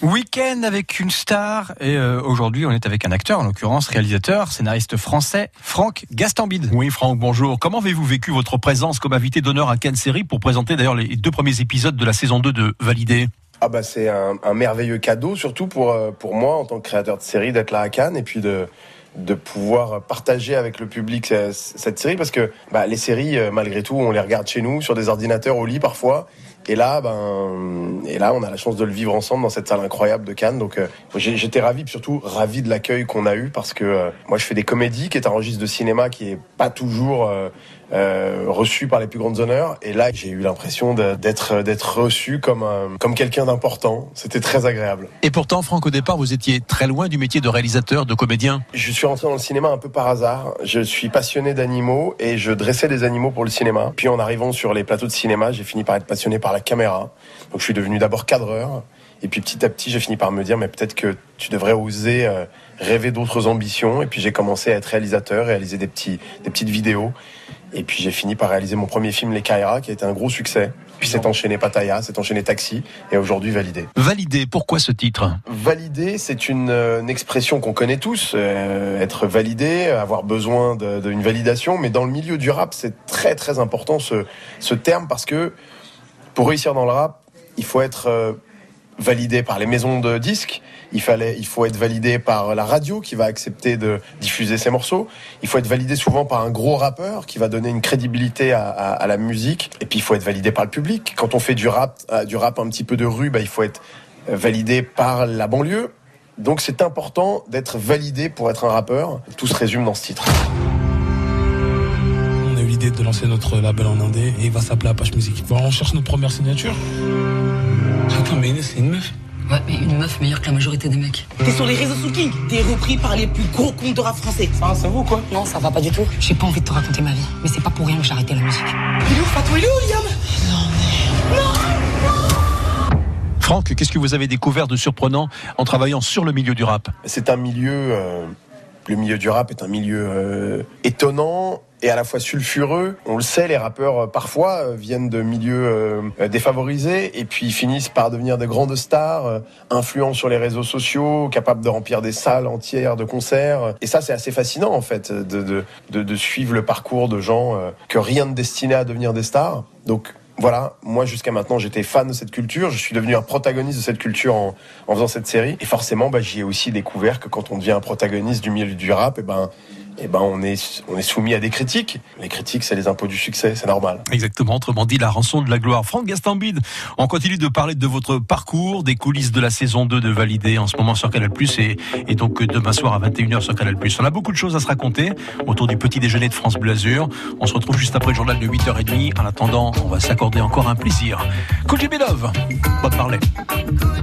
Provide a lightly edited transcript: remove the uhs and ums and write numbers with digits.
Week-end avec une star et aujourd'hui on est avec un acteur, en l'occurrence réalisateur, scénariste français, Franck Gastambide. Oui Franck, bonjour. Comment avez-vous vécu votre présence comme invité d'honneur à Cannes Série pour présenter d'ailleurs les 2 premiers épisodes de la saison 2 de Validé ? C'est un merveilleux cadeau, surtout pour moi en tant que créateur de série, d'être là à Cannes et puis de pouvoir partager avec le public cette série, parce que les séries, malgré tout, on les regarde chez nous, sur des ordinateurs, au lit parfois. Et là, on a la chance de le vivre ensemble dans cette salle incroyable de Cannes. Donc, j'étais ravi, surtout ravi de l'accueil qu'on a eu, parce que moi, je fais des comédies, qui est un registre de cinéma qui est pas toujours reçu par les plus grandes honneurs. Et là, j'ai eu l'impression d'être reçu comme quelqu'un d'important. C'était très agréable. Et pourtant, Franck, au départ, vous étiez très loin du métier de réalisateur, de comédien. Je suis rentré dans le cinéma un peu par hasard. Je suis passionné d'animaux et je dressais des animaux pour le cinéma. Puis en arrivant sur les plateaux de cinéma, j'ai fini par être passionné par la caméra. Donc je suis devenu d'abord cadreur. Et puis petit à petit, j'ai fini par me dire, mais peut-être que tu devrais oser rêver d'autres ambitions. Et puis j'ai commencé à être réalisateur, réaliser des petites vidéos. Et puis j'ai fini par réaliser mon premier film, Les Kaira, qui a été un gros succès. Puis s'est enchaîné Pattaya, s'est enchaîné Taxi, et aujourd'hui Validé. Validé, pourquoi ce titre ? Validé, c'est une expression qu'on connaît tous, être validé, avoir besoin d'une validation. Mais dans le milieu du rap, c'est très très important ce terme, parce que pour réussir dans le rap, il faut être validé par les maisons de disques, il faut être validé par la radio qui va accepter de diffuser ses morceaux, il faut être validé souvent par un gros rappeur qui va donner une crédibilité à la musique, et puis il faut être validé par le public. Quand on fait du rap un petit peu de rue, il faut être validé par la banlieue. Donc c'est important d'être validé pour être un rappeur. Tout se résume dans ce titre. On a eu l'idée de lancer notre label en indé et il va s'appeler Apache Music. On cherche notre première signature. Attends, mais Inès, c'est une meuf. Ouais, mais une meuf meilleure que la majorité des mecs. T'es sur les réseaux sous King, t'es repris par les plus gros comptes de rap français. Ça va ou quoi ? Non, ça va pas du tout. J'ai pas envie de te raconter ma vie, mais c'est pas pour rien que j'ai arrêté la musique. Il est où, Fatou, il est où, Liam ? Franck, qu'est-ce que vous avez découvert de surprenant en travaillant sur le milieu du rap ? C'est un milieu... le milieu du rap est un milieu étonnant et à la fois sulfureux. On le sait, les rappeurs parfois viennent de milieux défavorisés et puis finissent par devenir de grandes stars, influents sur les réseaux sociaux, capables de remplir des salles entières de concerts. Et ça, c'est assez fascinant en fait, de suivre le parcours de gens que rien ne destinait à devenir des stars. Donc voilà, moi jusqu'à maintenant j'étais fan de cette culture, je suis devenu un protagoniste de cette culture en faisant cette série. Et forcément, j'y ai aussi découvert que quand on devient un protagoniste du milieu du rap, on est soumis à des critiques. Les critiques, c'est les impôts du succès, c'est normal. Exactement, autrement dit, la rançon de la gloire. Franck Gastambide, on continue de parler de votre parcours, des coulisses de la saison 2 de Validé en ce moment sur Canal+, et donc demain soir à 21h sur Canal+. On a beaucoup de choses à se raconter autour du petit déjeuner de France Bleu Azur. On se retrouve juste après le journal de 8h30. En attendant, on va s'accorder encore un plaisir. Cool JB Love, bonne parler.